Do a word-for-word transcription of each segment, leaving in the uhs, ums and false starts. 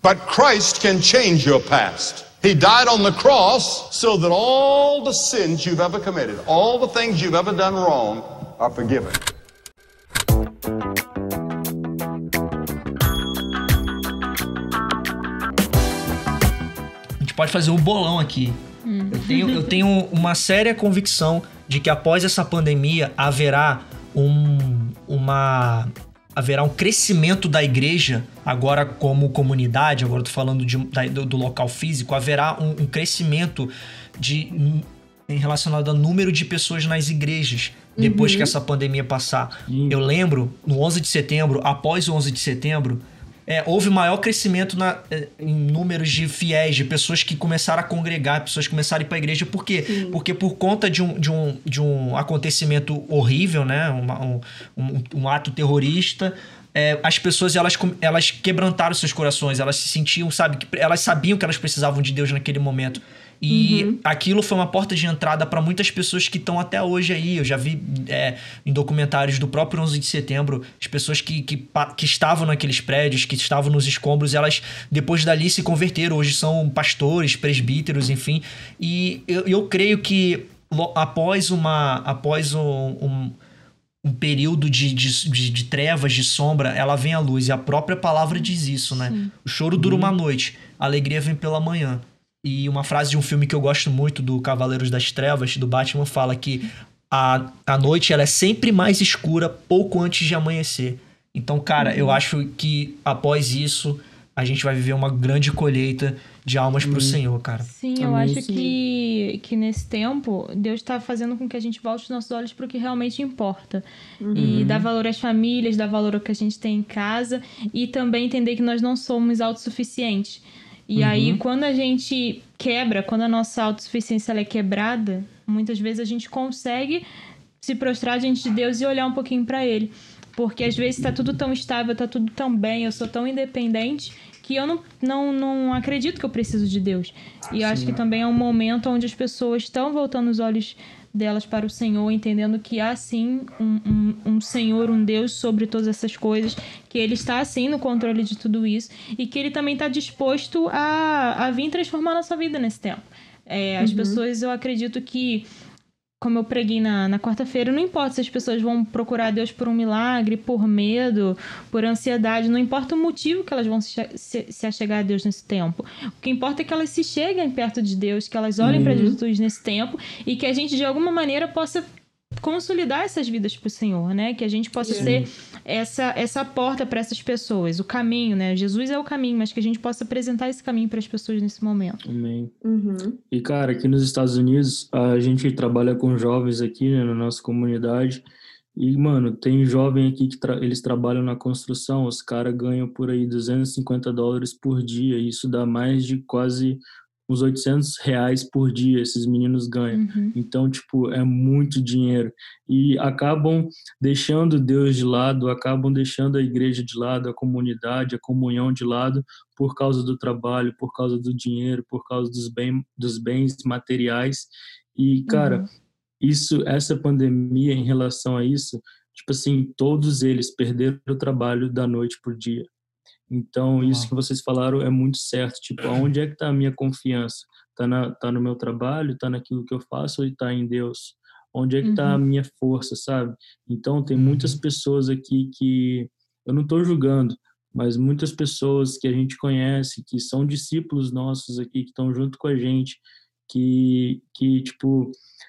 But Christ can change your past. He died on the cross so that all the sins you've ever committed, all the things you've ever done wrong, are forgiven. A gente pode fazer um bolão aqui. Hum. Eu tenho, eu tenho uma séria convicção de que após essa pandemia haverá um, uma... haverá um crescimento da igreja, agora como comunidade, agora eu tô falando de, da, do, do local físico, haverá um, um crescimento de, em relacionado ao número de pessoas nas igrejas, depois uhum. que essa pandemia passar. Uhum. Eu lembro, no onze de setembro, após o onze de setembro, é, houve maior crescimento na, em números de fiéis, de pessoas que começaram a congregar, pessoas que começaram a ir para a igreja. Por quê? Sim. Porque por conta de um, de um, de um acontecimento horrível, né? Uma, um, um, um ato terrorista, é, as pessoas elas, elas quebrantaram seus corações, elas se sentiam, sabe? Elas sabiam que elas precisavam de Deus naquele momento. E uhum. aquilo foi uma porta de entrada para muitas pessoas que estão até hoje aí. Eu já vi é, em documentários do próprio onze de setembro, as pessoas que, que, que estavam naqueles prédios, que estavam nos escombros, elas depois dali se converteram. Hoje são pastores, presbíteros, enfim. E eu, eu creio que após, uma, após um, um, um período de, de, de, de trevas, de sombra, ela vem à luz. E a própria palavra diz isso, né? Sim. O choro dura uma noite, a alegria vem pela manhã. E uma frase de um filme que eu gosto muito, do Cavaleiros das Trevas, do Batman, fala que a, a noite ela é sempre mais escura pouco antes de amanhecer. Então, cara, uhum. eu acho que após isso, a gente vai viver uma grande colheita de almas uhum. pro Senhor, cara. Sim, eu Amém, acho sim. Que, que nesse tempo, Deus tá fazendo com que a gente volte os nossos olhos pro que realmente importa. Uhum. E dar valor às famílias, dar valor ao que a gente tem em casa e também entender que nós não somos autossuficientes. E uhum. aí, quando a gente quebra, quando a nossa autossuficiência ela é quebrada, muitas vezes a gente consegue se prostrar diante de Deus e olhar um pouquinho para Ele. Porque às vezes tá tudo tão estável, tá tudo tão bem, eu sou tão independente que eu não, não, não acredito que eu preciso de Deus. E eu acho que também é um momento onde as pessoas estão voltando os olhos delas para o Senhor, entendendo que há sim um, um, um Senhor, um Deus sobre todas essas coisas, que Ele está sim no controle de tudo isso e que Ele também está disposto a, a vir transformar a nossa vida nesse tempo. É, as uhum. pessoas, eu acredito que, como eu preguei na, na quarta-feira, não importa se as pessoas vão procurar Deus por um milagre, por medo, por ansiedade, não importa o motivo que elas vão se, se, se achegar a Deus nesse tempo. O que importa é que elas se cheguem perto de Deus, que elas olhem uhum. para Jesus nesse tempo e que a gente, de alguma maneira, possa consolidar essas vidas para o Senhor, né? Que a gente possa Sim. ser essa, essa porta para essas pessoas, o caminho, né? Jesus é o caminho, mas que a gente possa apresentar esse caminho para as pessoas nesse momento. Amém. Uhum. E, cara, aqui nos Estados Unidos, a gente trabalha com jovens aqui, né, na nossa comunidade. E, mano, tem jovem aqui que tra- eles trabalham na construção, os caras ganham por aí duzentos e cinquenta dólares por dia. E isso dá mais de quase uns oitocentos reais por dia, esses meninos ganham. Uhum. Então, tipo, é muito dinheiro. E acabam deixando Deus de lado, acabam deixando a igreja de lado, a comunidade, a comunhão de lado, por causa do trabalho, por causa do dinheiro, por causa dos, bem, dos bens materiais. E, cara, uhum. isso, essa pandemia, em relação a isso, tipo assim, todos eles perderam o trabalho da noite pro dia. Então, isso que vocês falaram é muito certo. Tipo, onde é que está a minha confiança? Está na, tá no meu trabalho? Está naquilo que eu faço? Ou está em Deus? Onde é que está uhum. a minha força, sabe? Então, tem muitas pessoas aqui que... Eu não estou julgando, mas muitas pessoas que a gente conhece, que são discípulos nossos aqui, que estão junto com a gente, que, que tipo,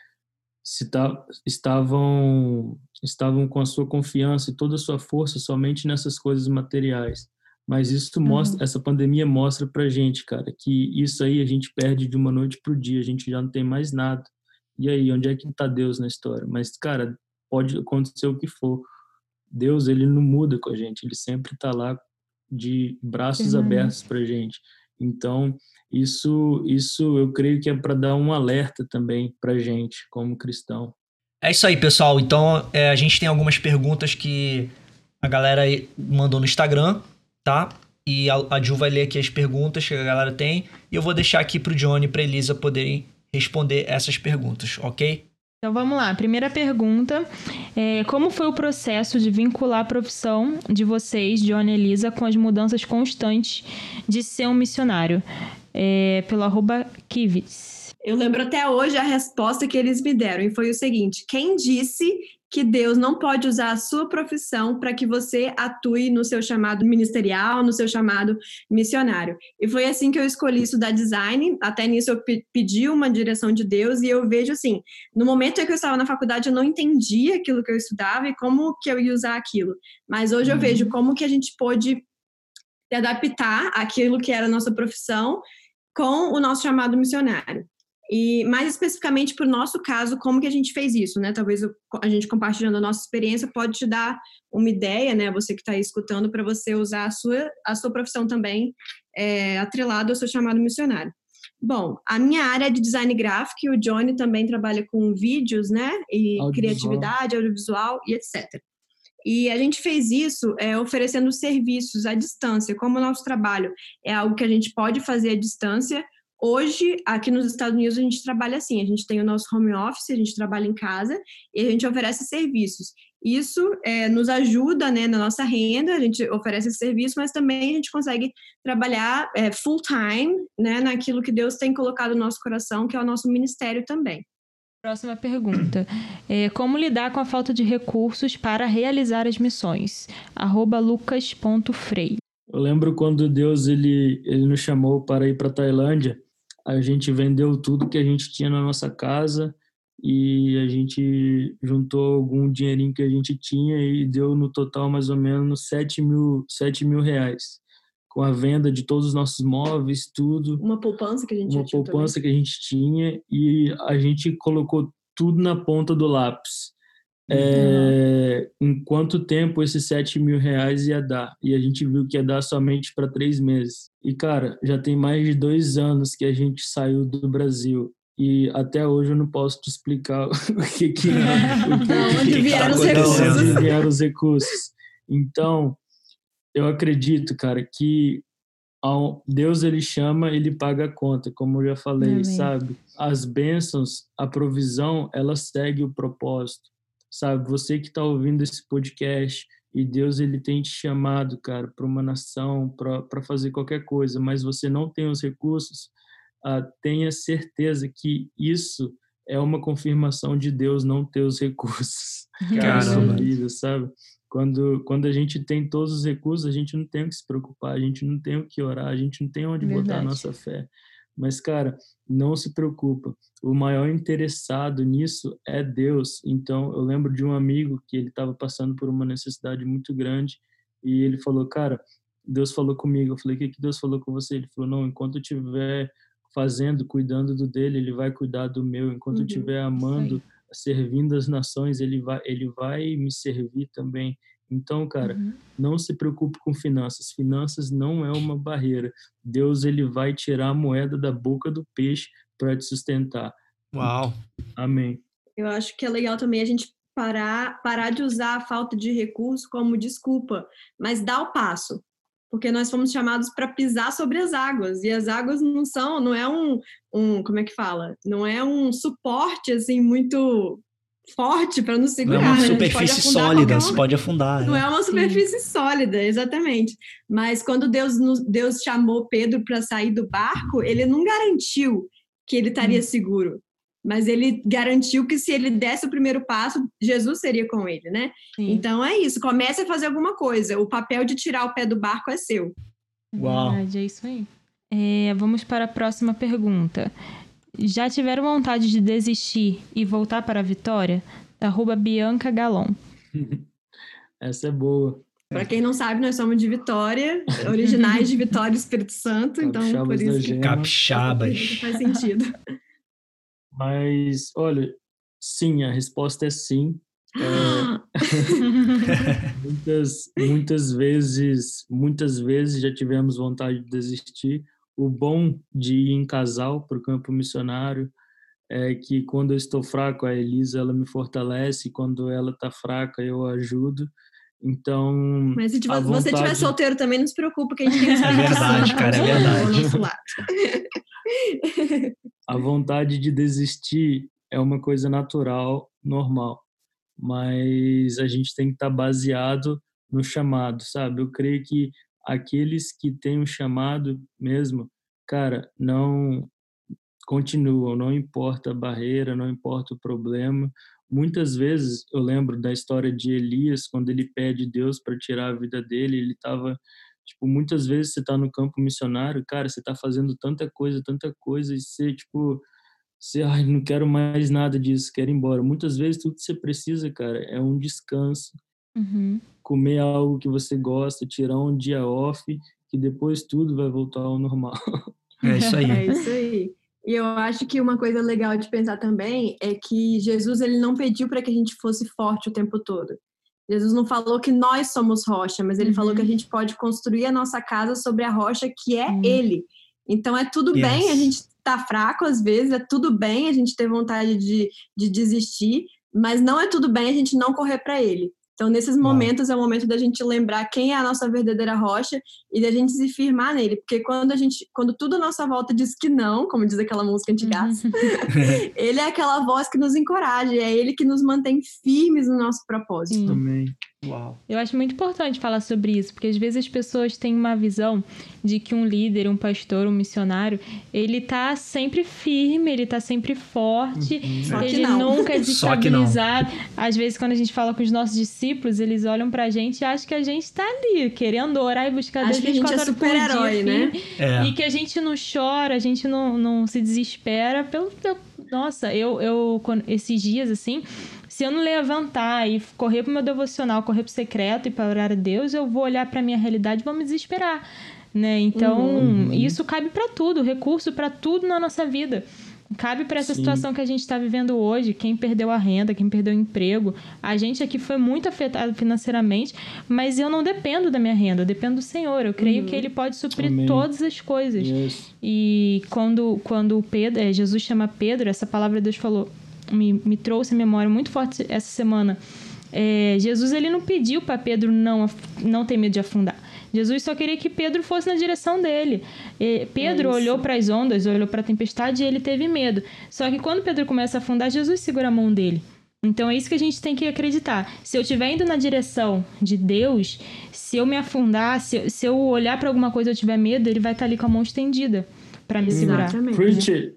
se tá, estavam, estavam com a sua confiança e toda a sua força somente nessas coisas materiais. Mas isso mostra, uhum. essa pandemia mostra pra gente, cara, que isso aí a gente perde de uma noite pro dia, a gente já não tem mais nada. E aí, onde é que tá Deus na história? Mas, cara, pode acontecer o que for. Deus, ele não muda com a gente, ele sempre tá lá de braços uhum. abertos pra gente. Então, isso, isso eu creio que é para dar um alerta também pra gente, como cristão. É isso aí, pessoal. Então, é, a gente tem algumas perguntas que a galera mandou no Instagram, tá? E a, a Ju vai ler aqui as perguntas que a galera tem e eu vou deixar aqui pro Johnny e pra Elisa poderem responder essas perguntas, ok? Então vamos lá, primeira pergunta, é, como foi o processo de vincular a profissão de vocês, Johnny e Elisa, com as mudanças constantes de ser um missionário? É, pelo arroba Kivitz. Eu lembro até hoje a resposta que eles me deram, e foi o seguinte: quem disse que Deus não pode usar a sua profissão para que você atue no seu chamado ministerial, no seu chamado missionário? E foi assim que eu escolhi estudar design. Até nisso eu pe- pedi uma direção de Deus, e eu vejo assim, no momento em que eu estava na faculdade eu não entendia aquilo que eu estudava e como que eu ia usar aquilo. Mas hoje eu vejo como que a gente pôde se adaptar àquilo que era a nossa profissão com o nosso chamado missionário. E mais especificamente para o nosso caso, como que a gente fez isso, né? Talvez a gente compartilhando a nossa experiência pode te dar uma ideia, né? Você que está aí escutando, para você usar a sua, a sua profissão também é, atrelado ao seu chamado missionário. Bom, a minha área é de design gráfico e o Johnny também trabalha com vídeos, né? E audiovisual. Criatividade, audiovisual e etcétera. E a gente fez isso é, oferecendo serviços à distância. Como o nosso trabalho é algo que a gente pode fazer à distância, hoje, aqui nos Estados Unidos, a gente trabalha assim, a gente tem o nosso home office, a gente trabalha em casa e a gente oferece serviços. Isso é, nos ajuda, né, na nossa renda, a gente oferece esse serviço, mas também a gente consegue trabalhar é, full time, né, naquilo que Deus tem colocado no nosso coração, que é o nosso ministério também. Próxima pergunta. É, como lidar com a falta de recursos para realizar as missões? arroba lucas ponto frei. Eu lembro quando Deus ele, ele nos chamou para ir para a Tailândia, a gente vendeu tudo que a gente tinha na nossa casa e a gente juntou algum dinheirinho que a gente tinha e deu no total mais ou menos sete mil, sete mil reais. Com a venda de todos os nossos móveis, tudo. Uma poupança que a gente Uma tinha poupança também. que a gente tinha e a gente colocou tudo na ponta do lápis. Uhum. É, em quanto tempo esses sete mil reais ia dar? E a gente viu que ia dar somente para três meses. E, cara, já tem mais de dois anos que a gente saiu do Brasil. E até hoje eu não posso te explicar o que que, o que, não, o onde que, vieram que os recursos. Onde vieram os recursos. Então, eu acredito, cara, que Deus, ele chama, ele paga a conta, como eu já falei, Amém. Sabe? As bênçãos, a provisão, ela segue o propósito, sabe? Você que está ouvindo esse podcast e Deus, ele tem te chamado, cara, para uma nação, para fazer qualquer coisa, mas você não tem os recursos, uh, tenha certeza que isso é uma confirmação de Deus não ter os recursos na sua vida, sabe? Quando, quando a gente tem todos os recursos, a gente não tem o que se preocupar, a gente não tem o que orar, a gente não tem onde Verdade. Botar a nossa fé. Mas, cara, não se preocupa. O maior interessado nisso é Deus. Então, eu lembro de um amigo que ele estava passando por uma necessidade muito grande e ele falou, cara, Deus falou comigo. Eu falei, o que, que Deus falou com você? Ele falou, não, enquanto eu estiver fazendo, cuidando do dele, ele vai cuidar do meu. Enquanto uhum. eu estiver amando, servindo as nações, ele vai, ele vai me servir também. Então, cara, uhum. não se preocupe com finanças. Finanças não é uma barreira. Deus, ele vai tirar a moeda da boca do peixe para te sustentar. Uau! Amém. Eu acho que é legal também a gente parar, parar de usar a falta de recurso como desculpa, mas dar o passo. Porque nós fomos chamados para pisar sobre as águas, e as águas não são, não é um, um, como é que fala? Não é um suporte, assim, muito forte para nos segurar. Não é uma superfície sólida, você pode afundar. Não é, é uma superfície Sim. sólida, exatamente. Mas quando Deus, Deus chamou Pedro para sair do barco, ele não garantiu que ele estaria hum. seguro. Mas ele garantiu que se ele desse o primeiro passo, Jesus seria com ele, né? Sim. Então é isso, comece a fazer alguma coisa. O papel de tirar o pé do barco é seu. Uau. Verdade, é isso aí. É, vamos para a próxima pergunta. Já tiveram vontade de desistir e voltar para a vitória? Arroba Bianca Galon. Essa é boa. Para quem não sabe, nós somos de Vitória, originais de Vitória e Espírito Santo. Então, por isso que... Capixabas. Faz sentido. Mas, olha, sim, a resposta é sim. É... muitas, muitas vezes, muitas vezes já tivemos vontade de desistir. O bom de ir em casal para o campo missionário é que quando eu estou fraco, a Elisa ela me fortalece, e quando ela está fraca, eu a ajudo. Então, mas se tiver, vontade... você estiver solteiro também, não se preocupa que a gente tem que É verdade, cara, é verdade. Nosso lado. A vontade de desistir, é uma coisa natural, normal, mas a gente tem que estar baseado no chamado, sabe? Eu creio que aqueles que têm um chamado mesmo, cara, não continuam, não importa a barreira, não importa o problema. Muitas vezes eu lembro da história de Elias, quando ele pede Deus para tirar a vida dele, ele estava, tipo, muitas vezes você está no campo missionário, cara, você está fazendo tanta coisa, tanta coisa, e você, tipo, você, ai, não quero mais nada disso, quero ir embora. Muitas vezes tudo que você precisa, cara, é um descanso, Uhum. comer algo que você gosta, tirar um dia off, que depois tudo vai voltar ao normal. É isso aí. É isso aí. E eu acho que uma coisa legal de pensar também é que Jesus ele não pediu para que a gente fosse forte o tempo todo. Jesus não falou que nós somos rocha, mas ele Uhum. falou que a gente pode construir a nossa casa sobre a rocha que é Uhum. ele. Então é tudo Yes. bem a gente tá fraco às vezes, é tudo bem a gente ter vontade de, de desistir, mas não é tudo bem a gente não correr para ele. Então, nesses momentos, é o momento da gente lembrar quem é a nossa verdadeira rocha e da gente se firmar nele. Porque quando a gente, quando tudo à nossa volta diz que não, como diz aquela música antigaça, ele é aquela voz que nos encoraja, é ele que nos mantém firmes no nosso propósito. Sim. Também. Uau. Eu acho muito importante falar sobre isso, porque às vezes as pessoas têm uma visão de que um líder, um pastor, um missionário, ele tá sempre firme, ele tá sempre forte, Só que ele não. nunca é Só que não. desestabilizado. Às vezes, quando a gente fala com os nossos discípulos, eles olham pra gente e acham que a gente tá ali, querendo orar e buscar Deus Acho que a gente vinte e é quatro horas por super-herói, dia, né? firme, É. e que a gente não chora, a gente não, não se desespera pelo... pelo- Nossa, eu, eu quando- esses dias, assim... Se eu não levantar e correr pro meu devocional, correr pro secreto e para orar a Deus, eu vou olhar pra minha realidade e vou me desesperar, né? Então, Uhum. isso cabe pra tudo, recurso pra tudo na nossa vida. Cabe pra essa Sim. situação que a gente tá vivendo hoje, quem perdeu a renda, quem perdeu o emprego. A gente aqui foi muito afetado financeiramente, mas eu não dependo da minha renda, eu dependo do Senhor. Eu creio que Ele pode suprir Amém. todas as coisas. Yes. E quando, quando Pedro, é, Jesus chama Pedro, essa palavra Deus falou, me, me trouxe a memória muito forte essa semana. É, Jesus ele não pediu para Pedro não, af- não ter medo de afundar. Jesus só queria que Pedro fosse na direção dele. E Pedro É isso. olhou para as ondas, olhou para a tempestade e ele teve medo. Só que quando Pedro começa a afundar, Jesus segura a mão dele. Então é isso que a gente tem que acreditar. Se eu estiver indo na direção de Deus, se eu me afundar, se eu, se eu olhar para alguma coisa e eu tiver medo, ele vai estar ali com a mão estendida para me segurar. Exatamente. Preach it.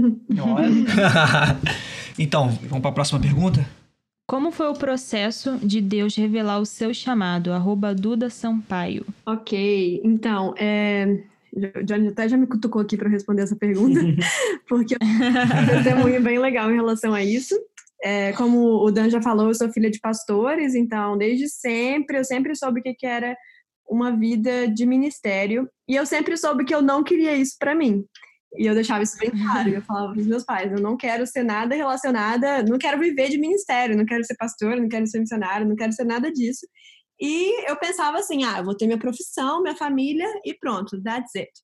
Então, vamos para a próxima pergunta? Como foi o processo de Deus revelar o seu chamado? Arroba Duda Sampaio. Ok, então, é... o Johnny até já me cutucou aqui para responder essa pergunta, porque eu tenho um testemunho bem legal em relação a isso. É, como o Dan já falou, eu sou filha de pastores, então desde sempre, eu sempre soube o que que era uma vida de ministério, e eu sempre soube que eu não queria isso para mim. E eu deixava isso bem claro, eu falava para os meus pais, eu não quero ser nada relacionada, não quero viver de ministério, não quero ser pastor, não quero ser missionário, não quero ser nada disso. E eu pensava assim, ah, eu vou ter minha profissão, minha família e pronto, that's it.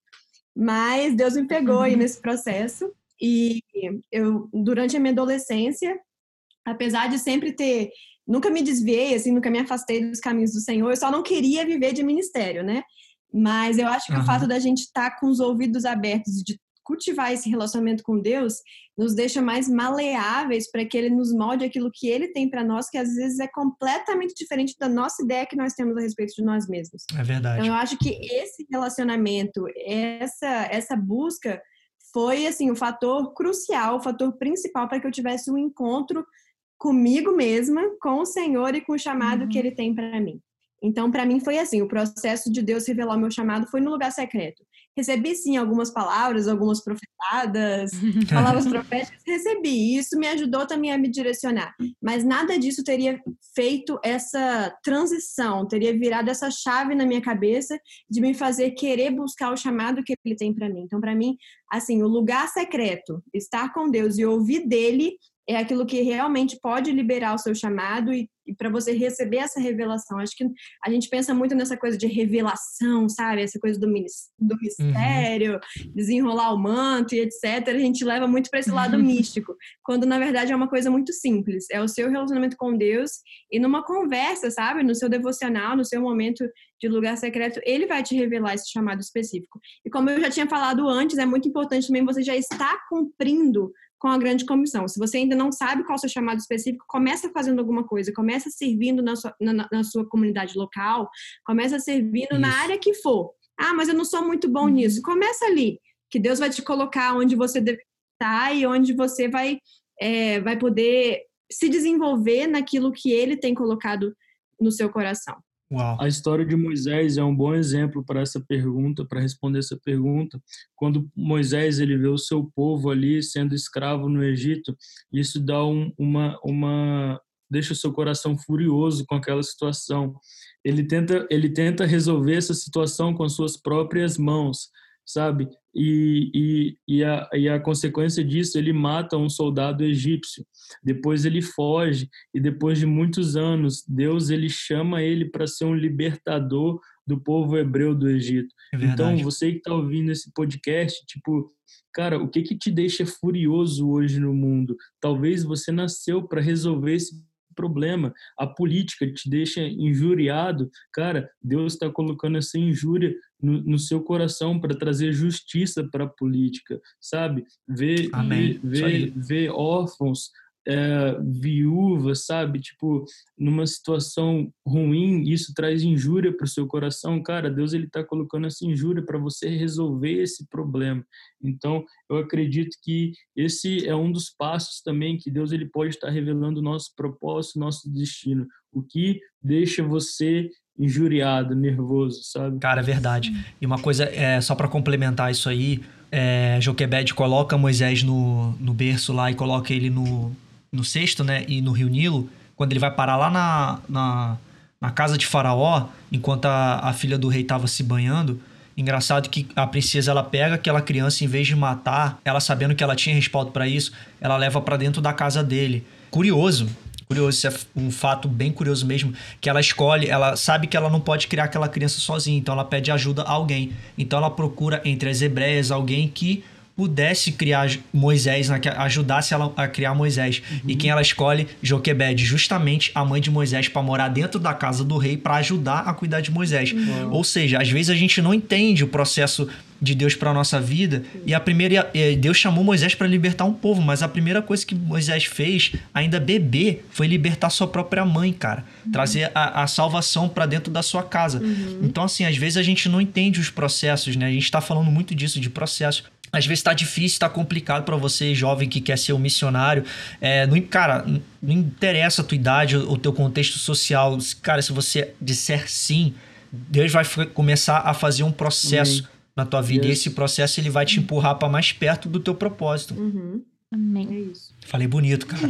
Mas Deus me pegou aí nesse processo e eu, durante a minha adolescência, apesar de sempre ter, nunca me desviei, assim, nunca me afastei dos caminhos do Senhor, eu só não queria viver de ministério, né? Mas eu acho que Uhum. o fato da gente estar com os ouvidos abertos de cultivar esse relacionamento com Deus nos deixa mais maleáveis para que Ele nos molde aquilo que Ele tem para nós, que às vezes é completamente diferente da nossa ideia que nós temos a respeito de nós mesmos. É verdade. Então eu acho que esse relacionamento, essa, essa busca foi assim o fator crucial, o fator principal para que eu tivesse um encontro comigo mesma, com o Senhor e com o chamado Uhum. que Ele tem para mim. Então, para mim foi assim, o processo de Deus revelar o meu chamado foi no lugar secreto. Recebi, sim, algumas palavras, algumas profetadas, palavras proféticas, recebi. Isso me ajudou também a me direcionar. Mas nada disso teria feito essa transição, teria virado essa chave na minha cabeça de me fazer querer buscar o chamado que Ele tem para mim. Então, para mim, assim, o lugar secreto, estar com Deus e ouvir dele é aquilo que realmente pode liberar o seu chamado e, e para você receber essa revelação. Acho que a gente pensa muito nessa coisa de revelação, sabe? Essa coisa do, minis- do mistério, uhum. desenrolar o manto e etcétera. A gente leva muito para esse lado místico, quando na verdade é uma coisa muito simples. É o seu relacionamento com Deus e numa conversa, sabe? No seu devocional, no seu momento de lugar secreto, Ele vai te revelar esse chamado específico. E como eu já tinha falado antes, é muito importante também você já estar cumprindo com a grande comissão. Se você ainda não sabe qual é o seu chamado específico, começa fazendo alguma coisa, começa servindo na sua, na, na sua comunidade local, começa servindo Isso. na área que for. Ah, mas eu não sou muito bom nisso. Começa ali, que Deus vai te colocar onde você deve estar e onde você vai, é, vai poder se desenvolver naquilo que Ele tem colocado no seu coração. Uau. A história de Moisés é um bom exemplo para essa pergunta, para responder essa pergunta. Quando Moisés ele vê o seu povo ali sendo escravo no Egito, isso dá um, uma, uma, deixa o seu coração furioso com aquela situação. Ele tenta, ele tenta resolver essa situação com as suas próprias mãos, sabe? E, e, e, a, e a consequência disso, ele mata um soldado egípcio. Depois ele foge e depois de muitos anos, Deus ele chama ele para ser um libertador do povo hebreu do Egito. É então, você que está ouvindo esse podcast, tipo, cara, o que que te deixa furioso hoje no mundo? Talvez você nasceu para resolver esse problema. A política te deixa injuriado. Cara, Deus está colocando essa injúria no, no seu coração para trazer justiça para a política, sabe? Ver, Amém. ver, ver, ver órfãos, é, viúvas, sabe? Tipo, numa situação ruim, isso traz injúria para o seu coração. Cara, Deus ele está colocando essa injúria para você resolver esse problema. Então, eu acredito que esse é um dos passos também que Deus ele pode estar revelando o nosso propósito, nosso destino. O que deixa você injuriado, nervoso, sabe? Cara, é verdade. E uma coisa, é, só para complementar isso aí, é, Joquebed coloca Moisés no, no berço lá e coloca ele no, no cesto, né? E no Rio Nilo, quando ele vai parar lá na, na, na casa de Faraó, enquanto a, a filha do rei estava se banhando. Engraçado que a princesa, ela pega aquela criança, em vez de matar, ela sabendo que ela tinha respaldo para isso, ela leva para dentro da casa dele. Curioso. Curioso, isso é um fato bem curioso mesmo, que ela escolhe, ela sabe que ela não pode criar aquela criança sozinha, então ela pede ajuda a alguém. Então ela procura entre as hebreias alguém que pudesse criar Moisés, né, que ajudasse ela a criar Moisés. Uhum. E quem ela escolhe? Joquebed, justamente a mãe de Moisés, para morar dentro da casa do rei para ajudar a cuidar de Moisés. Uhum. Ou seja, às vezes a gente não entende o processo de Deus para nossa vida, e a primeira, Deus chamou Moisés para libertar um povo, mas a primeira coisa que Moisés fez, ainda bebê, foi libertar sua própria mãe, cara, uhum. trazer a, a salvação para dentro da sua casa. Uhum. Então, assim, às vezes a gente não entende os processos, né? A gente tá falando muito disso, de processos. Às vezes tá difícil, tá complicado para você, jovem que quer ser um missionário. É, não, cara, não interessa a tua idade, o teu contexto social. Cara, se você disser sim, Deus vai começar a fazer um processo Amém. Na tua vida. Yes. E esse processo ele vai te empurrar para mais perto do teu propósito. Uhum. Amém. É isso. Falei bonito, cara.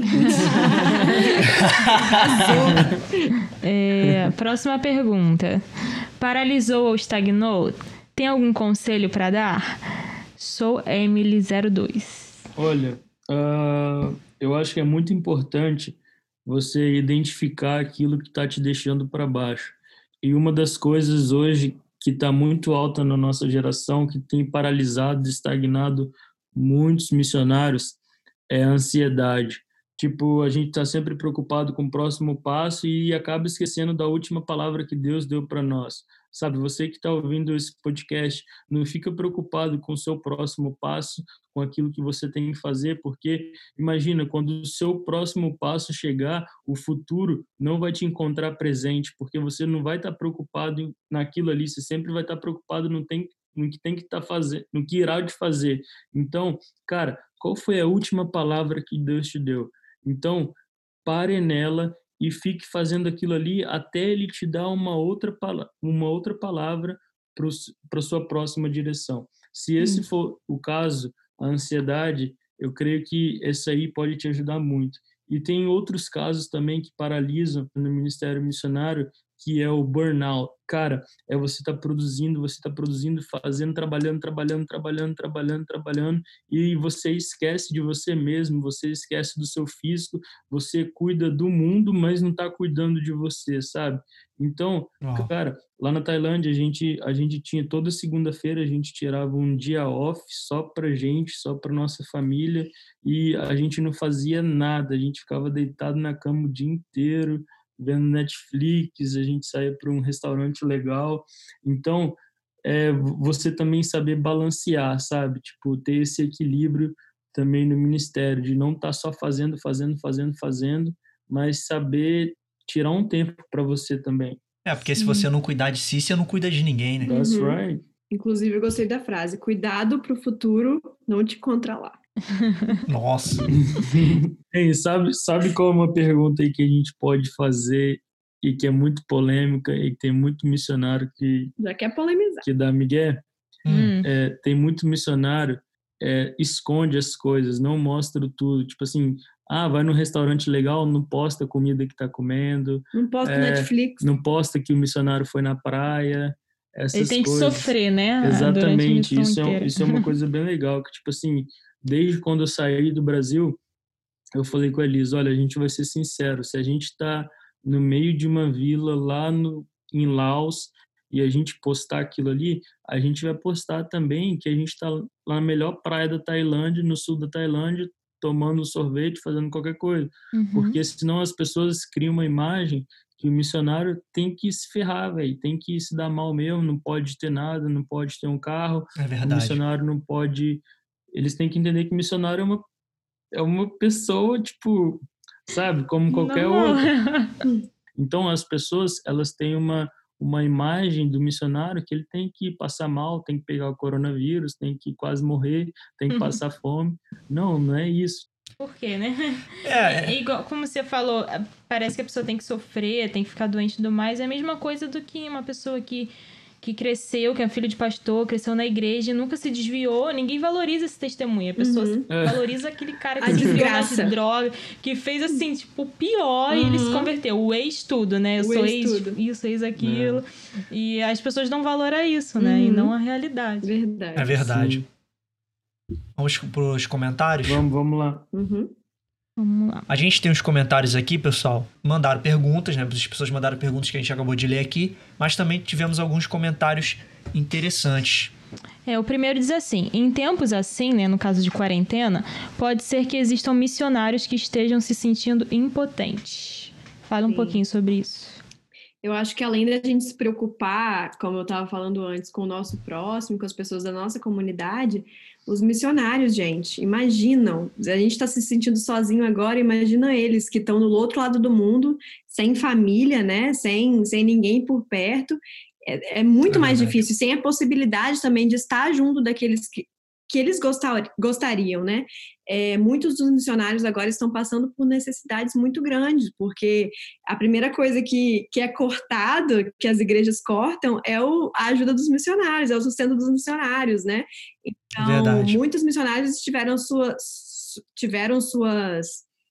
é, próxima pergunta. Paralisou ou estagnou? Tem algum conselho para dar? Sou Emily zero dois. Olha, uh, eu acho que é muito importante você identificar aquilo que está te deixando para baixo. E uma das coisas hoje que está muito alta na nossa geração, que tem paralisado, estagnado muitos missionários, é a ansiedade. Tipo, a gente está sempre preocupado com o próximo passo e acaba esquecendo da última palavra que Deus deu para nós. Sabe, você que está ouvindo esse podcast, não fica preocupado com o seu próximo passo, com aquilo que você tem que fazer, porque imagina, quando o seu próximo passo chegar, o futuro não vai te encontrar presente, porque você não vai estar tá preocupado naquilo ali, você sempre vai estar tá preocupado no, tem, no que tem que estar tá fazendo, no que irá de fazer. Então, cara, qual foi a última palavra que Deus te deu? Então, pare nela e fique fazendo aquilo ali até ele te dar uma outra, uma outra palavra para a sua próxima direção. Se esse for o caso, a ansiedade, eu creio que esse aí pode te ajudar muito. E tem outros casos também que paralisam no ministério missionário, que é o burnout. Cara, é você estar tá produzindo, você está produzindo, fazendo, trabalhando, trabalhando, trabalhando, trabalhando, trabalhando, e você esquece de você mesmo, você esquece do seu físico, você cuida do mundo, mas não está cuidando de você, sabe? Então, oh. cara, lá na Tailândia, a gente, a gente tinha toda segunda-feira, a gente tirava um dia off só pra gente, só pra nossa família, e a gente não fazia nada, a gente ficava deitado na cama o dia inteiro, vendo Netflix, a gente saía para um restaurante legal. Então, é, você também saber balancear, sabe? Tipo, ter esse equilíbrio também no ministério, de não estar só fazendo, fazendo, fazendo, fazendo, mas saber tirar um tempo para você também. É, porque se você não cuidar de si, você não cuida de ninguém, né? That's Uhum. right. Inclusive, eu gostei da frase, cuidado pro futuro não te controlar. Nossa. Ei, sabe, sabe qual é uma pergunta aí que a gente pode fazer e que é muito polêmica e que tem muito missionário que, Já quer polemizar. que dá migué? Hum. É, tem muito missionário é, esconde as coisas, não mostra tudo. Tipo assim, ah, vai num restaurante legal, não posta a comida que tá comendo. Não posta É, Netflix. Não posta que o missionário foi na praia. Essas Ele tem que coisas. sofrer, né? Exatamente, Durante a missão isso é, inteira. isso é uma coisa bem legal, que tipo assim, desde quando eu saí do Brasil, eu falei com a Elis, olha, a gente vai ser sincero, se a gente está no meio de uma vila lá no, em Laos e a gente postar aquilo ali, a gente vai postar também que a gente está lá na melhor praia da Tailândia, no sul da Tailândia, tomando sorvete, fazendo qualquer coisa, Uhum. porque senão as pessoas criam uma imagem que o missionário tem que se ferrar, velho, tem que se dar mal mesmo, não pode ter nada, não pode ter um carro, É o verdade. missionário não pode... Eles têm que entender que o missionário é uma, é uma pessoa, tipo, sabe, como qualquer Normal. outra. Então, as pessoas, elas têm uma, uma imagem do missionário que ele tem que passar mal, tem que pegar o coronavírus, tem que quase morrer, tem que passar fome. Não, não é isso. Por quê, né? É, É igual, como você falou, parece que a pessoa tem que sofrer, tem que ficar doente e tudo mais. É a mesma coisa do que uma pessoa que, que cresceu, que é filho de pastor, cresceu na igreja e nunca se desviou. Ninguém valoriza esse testemunho. A pessoa Uhum. valoriza aquele cara A que se desviou nas desgraça. drogas, que fez assim, tipo, o pior e ele se Uhum. converteu. O ex tudo, né? Eu O sou ex ex tudo. isso, ex aquilo. E as pessoas não valoram isso, né? Uhum. E não a realidade. Verdade. é verdade. Sim. Vamos pros comentários? Vamos, vamos lá. Uhum. Vamos lá. A gente tem uns comentários aqui, pessoal. Mandaram perguntas, né? As pessoas mandaram perguntas que a gente acabou de ler aqui. Mas também tivemos alguns comentários interessantes. É, o primeiro diz assim: em tempos assim, né, no caso de quarentena, pode ser que existam missionários que estejam se sentindo impotentes. Fala um Sim. pouquinho sobre isso. Eu acho que além da gente se preocupar, como eu estava falando antes, com o nosso próximo, com as pessoas da nossa comunidade, os missionários, gente, imaginam, a gente está se sentindo sozinho agora, imagina eles que estão no outro lado do mundo, sem família, né, sem, sem ninguém por perto, é, é muito É mais verdade. difícil, sem a possibilidade também de estar junto daqueles que, que eles gostar, gostariam, né? É, muitos dos missionários agora estão passando por necessidades muito grandes, porque a primeira coisa que, que é cortado, que as igrejas cortam, é o, a ajuda dos missionários, é o sustento dos missionários, né? Então, Verdade. muitos missionários tiveram, sua, tiveram suas,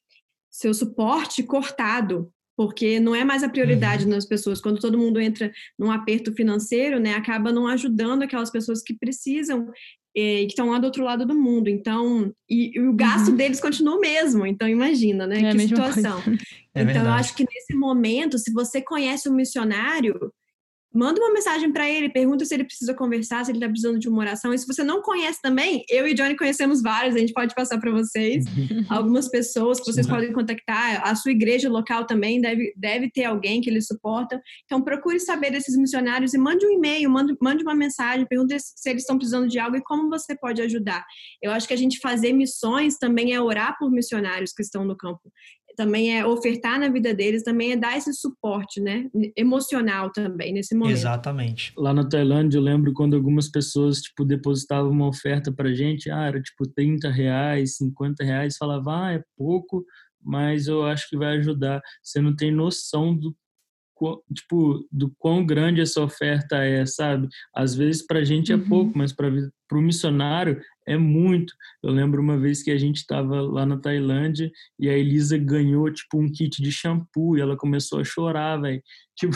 seu suporte cortado, porque não é mais a prioridade Uhum. nas pessoas. Quando todo mundo entra num aperto financeiro, né, acaba não ajudando aquelas pessoas que precisam e que estão lá do outro lado do mundo. Então, e, e o gasto Uhum. deles continua o mesmo. Então, imagina, né? É a que mesma situação. É Então, verdade. eu acho que nesse momento, se você conhece um missionário, manda uma mensagem para ele, pergunta se ele precisa conversar, se ele está precisando de uma oração. E se você não conhece também, eu e Johnny conhecemos vários, a gente pode passar para vocês algumas pessoas que vocês Sim. podem contactar. A sua igreja local também deve, deve ter alguém que eles suportam. Então, procure saber desses missionários e mande um e-mail, mande, mande uma mensagem, pergunte se eles estão precisando de algo e como você pode ajudar. Eu acho que a gente fazer missões também é orar por missionários que estão no campo. Também é ofertar na vida deles, também é dar esse suporte, né? Emocional também, nesse momento. Exatamente. Lá na Tailândia, eu lembro quando algumas pessoas, tipo, depositavam uma oferta pra gente, ah, era tipo trinta reais, cinquenta reais, falava, ah, é pouco, mas eu acho que vai ajudar. Você não tem noção do, tipo, do quão grande essa oferta é, sabe? Às vezes pra gente é Uhum. pouco, mas para o missionário é muito. Eu lembro uma vez que a gente estava lá na Tailândia e a Elisa ganhou, tipo, um kit de shampoo e ela começou a chorar, velho. Tipo,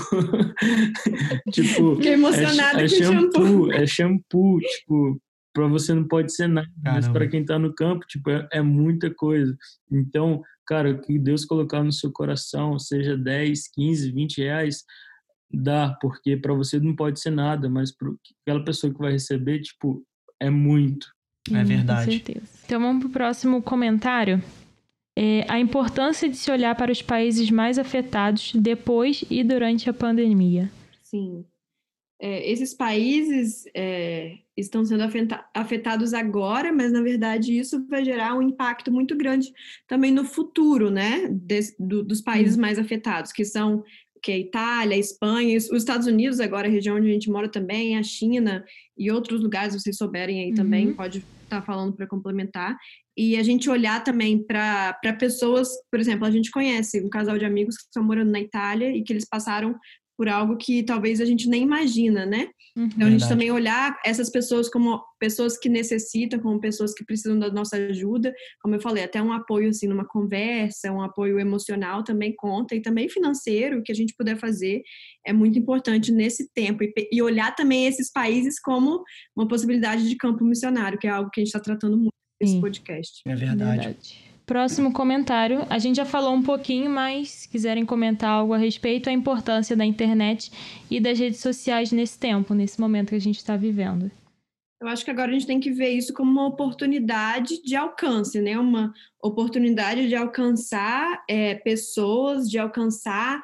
tipo, Fiquei emocionada é, é com o shampoo. shampoo, é shampoo, tipo, para você não pode ser nada, mas Caramba. para quem tá no campo, tipo, é, é muita coisa. Então, cara, o que Deus colocar no seu coração, seja dez, quinze, vinte reais, dá, porque para você não pode ser nada, mas para aquela pessoa que vai receber, tipo, é muito. É Hum, verdade. Com certeza. Então vamos pro próximo comentário. É, a importância de se olhar para os países mais afetados depois e durante a pandemia. Sim. é, esses países é, estão sendo afeta- afetados agora, mas, na verdade, isso vai gerar um impacto muito grande também no futuro, né, des, do, dos países mais afetados, que são que é a Itália, a Espanha, os Estados Unidos, agora a região onde a gente mora também, a China e outros lugares, se vocês souberem aí Uhum. também, pode estar falando para complementar. E a gente olhar também para pessoas, por exemplo, a gente conhece um casal de amigos que estão morando na Itália e que eles passaram por algo que talvez a gente nem imagina, né? Uhum. Então, a gente Verdade. também olhar essas pessoas como pessoas que necessitam, como pessoas que precisam da nossa ajuda, como eu falei, até um apoio, assim, numa conversa, um apoio emocional também conta, e também financeiro, o que a gente puder fazer é muito importante nesse tempo, e, e olhar também esses países como uma possibilidade de campo missionário, que é algo que a gente está tratando muito nesse Sim. podcast. É verdade. Verdade. Próximo comentário. A gente já falou um pouquinho, mas se quiserem comentar algo a respeito, a importância da internet e das redes sociais nesse tempo, nesse momento que a gente está vivendo. Eu acho que agora a gente tem que ver isso como uma oportunidade de alcance, né? Uma oportunidade de alcançar é, pessoas, de alcançar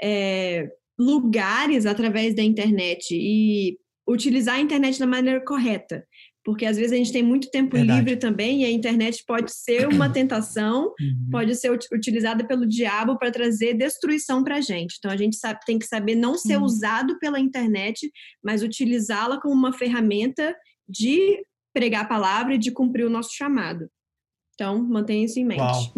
é, lugares através da internet e utilizar a internet da maneira correta. Porque às vezes a gente tem muito tempo Verdade. livre também e a internet pode ser uma tentação, Uhum. pode ser ut- utilizada pelo diabo para trazer destruição para a gente. Então a gente sabe, tem que saber não ser Uhum. usado pela internet, mas utilizá-la como uma ferramenta de pregar a palavra e de cumprir o nosso chamado. Então, mantenha isso em mente. Uau.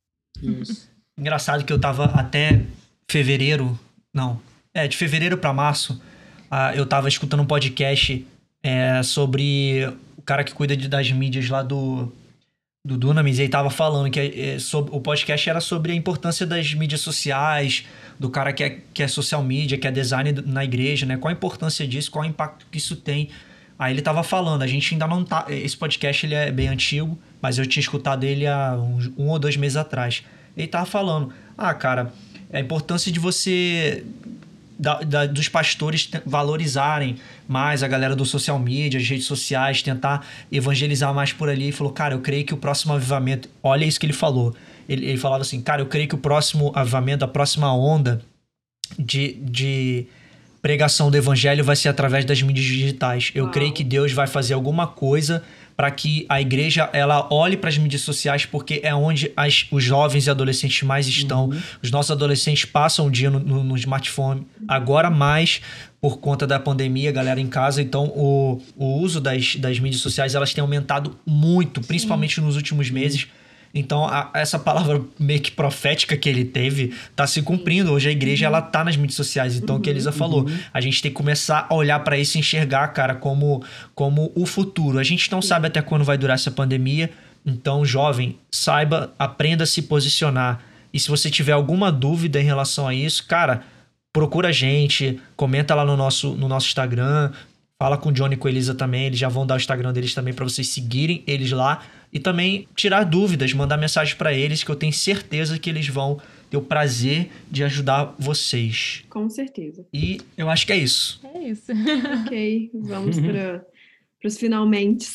Isso. Engraçado que eu tava até fevereiro, não, é, de fevereiro pra março, ah, eu tava escutando um podcast é, sobre o cara que cuida de, das mídias lá do, do Dunamis, e ele tava falando que é, sobre, o podcast era sobre a importância das mídias sociais, do cara que é, que é social media, que é design na igreja, né? Qual a importância disso, qual o impacto que isso tem. Aí ele tava falando, a gente ainda não tá... Esse podcast ele é bem antigo, mas eu tinha escutado ele há uns, um ou dois meses atrás. Ele tava falando, ah, cara, a importância de você... Da, da, dos pastores valorizarem mais a galera do social media, as redes sociais, tentar evangelizar mais por ali. Ele falou, cara, eu creio que o próximo avivamento... Olha isso que ele falou. Ele, ele falava assim, cara, eu creio que o próximo avivamento, a próxima onda de... de pregação do evangelho vai ser através das mídias digitais. Eu Uau. creio que Deus vai fazer alguma coisa para que a igreja ela olhe para as mídias sociais, porque é onde as, os jovens e adolescentes mais estão. Uhum. Os nossos adolescentes passam o dia no, no, no smartphone. Agora mais por conta da pandemia, galera em casa. Então, o, o uso das, das mídias sociais elas têm aumentado muito, principalmente Sim. nos últimos meses. Então, a, essa palavra meio que profética que ele teve tá se cumprindo. Hoje a igreja, ela tá nas mídias sociais. Então, uhum, o que a Elisa falou, uhum. a gente tem que começar a olhar para isso e enxergar, cara, como, como o futuro. A gente não Sim. sabe até quando vai durar essa pandemia. Então, jovem, saiba, aprenda a se posicionar. E se você tiver alguma dúvida em relação a isso, cara, procura a gente, comenta lá no nosso, no nosso Instagram, fala com o Johnny e com a Elisa também, eles já vão dar o Instagram deles também para vocês seguirem eles lá. E também tirar dúvidas, mandar mensagem para eles, que eu tenho certeza que eles vão ter o prazer de ajudar vocês. Com certeza. E eu acho que é isso. É isso. Ok, vamos para os finalmente.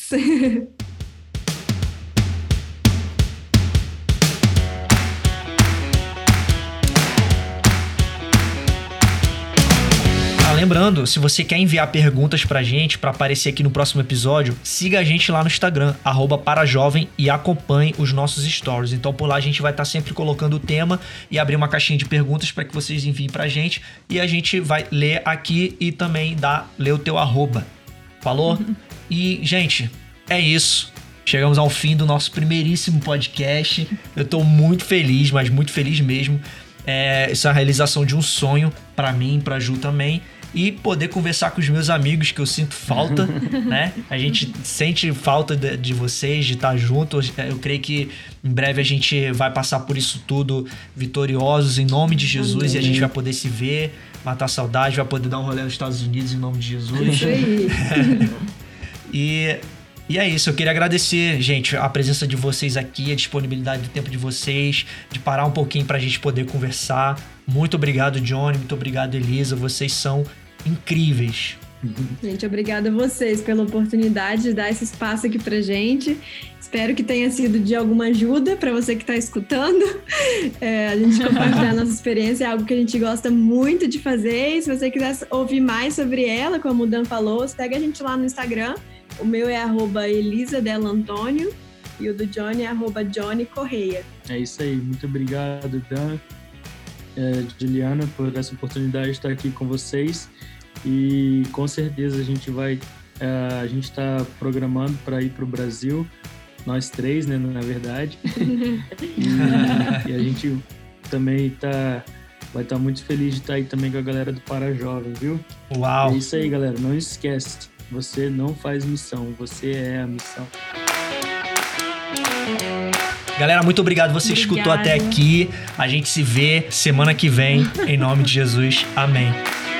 Lembrando, se você quer enviar perguntas pra gente, pra aparecer aqui no próximo episódio, siga a gente lá no Instagram, arroba parajovem, e acompanhe os nossos stories. Então por lá a gente vai estar sempre colocando o tema e abrir uma caixinha de perguntas para que vocês enviem pra gente e a gente vai ler aqui e também dar, ler o teu arroba. Falou? E, gente, é isso. Chegamos ao fim do nosso primeiríssimo podcast. Eu tô muito feliz, mas muito feliz mesmo. É, isso é a realização de um sonho pra mim, pra Ju também. E poder conversar com os meus amigos, que eu sinto falta, né? A gente sente falta de, de vocês, de estar juntos. Eu creio que em breve a gente vai passar por isso tudo vitoriosos em nome de Jesus. Amém. E a gente vai poder se ver, matar saudade, vai poder dar um rolê nos Estados Unidos em nome de Jesus. Isso aí. e, e é isso, eu queria agradecer, gente, a presença de vocês aqui, a disponibilidade do tempo de vocês, de parar um pouquinho pra gente poder conversar. Muito obrigado, Johnny, muito obrigado, Elisa, vocês são incríveis. Gente, obrigada a vocês pela oportunidade de dar esse espaço aqui pra gente. Espero que tenha sido de alguma ajuda para você que está escutando. É, a gente compartilhar nossa experiência é algo que a gente gosta muito de fazer. E se você quiser ouvir mais sobre ela, como o Dan falou, segue a gente lá no Instagram. O meu é arroba Elisa Della Antônio e o do Johnny é arroba Johnny Correia. É isso aí. Muito obrigado, Dan, é, Juliana, por essa oportunidade de estar aqui com vocês. E com certeza a gente vai... É, a gente está programando para ir para o Brasil. Nós três, né, na verdade. e, e a gente também tá, vai estar tá muito feliz de estar tá aí também com a galera do Para Jovem, viu? Uau! É isso aí, galera. Não esquece, você não faz missão, você é a missão. Galera, muito obrigado. Você Obrigada. escutou até aqui. A gente se vê semana que vem. Em nome de Jesus. Amém.